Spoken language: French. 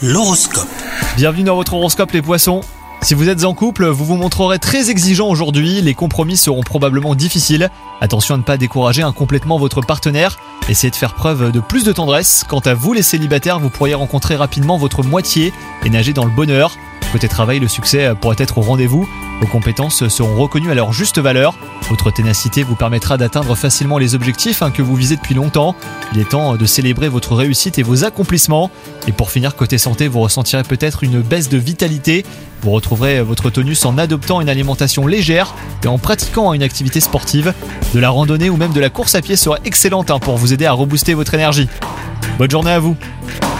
L'horoscope. Bienvenue dans votre horoscope les poissons. Si vous êtes en couple, vous vous montrerez très exigeant aujourd'hui, les compromis seront probablement difficiles. Attention à ne pas décourager complètement votre partenaire, essayez de faire preuve de plus de tendresse. Quant à vous les célibataires, vous pourriez rencontrer rapidement votre moitié et nager dans le bonheur. Côté travail, le succès pourrait être au rendez-vous. Vos compétences seront reconnues à leur juste valeur. Votre ténacité vous permettra d'atteindre facilement les objectifs que vous visez depuis longtemps. Il est temps de célébrer votre réussite et vos accomplissements. Et pour finir, côté santé, vous ressentirez peut-être une baisse de vitalité. Vous retrouverez votre tonus en adoptant une alimentation légère et en pratiquant une activité sportive. De la randonnée ou même de la course à pied sera excellente pour vous aider à rebooster votre énergie. Bonne journée à vous.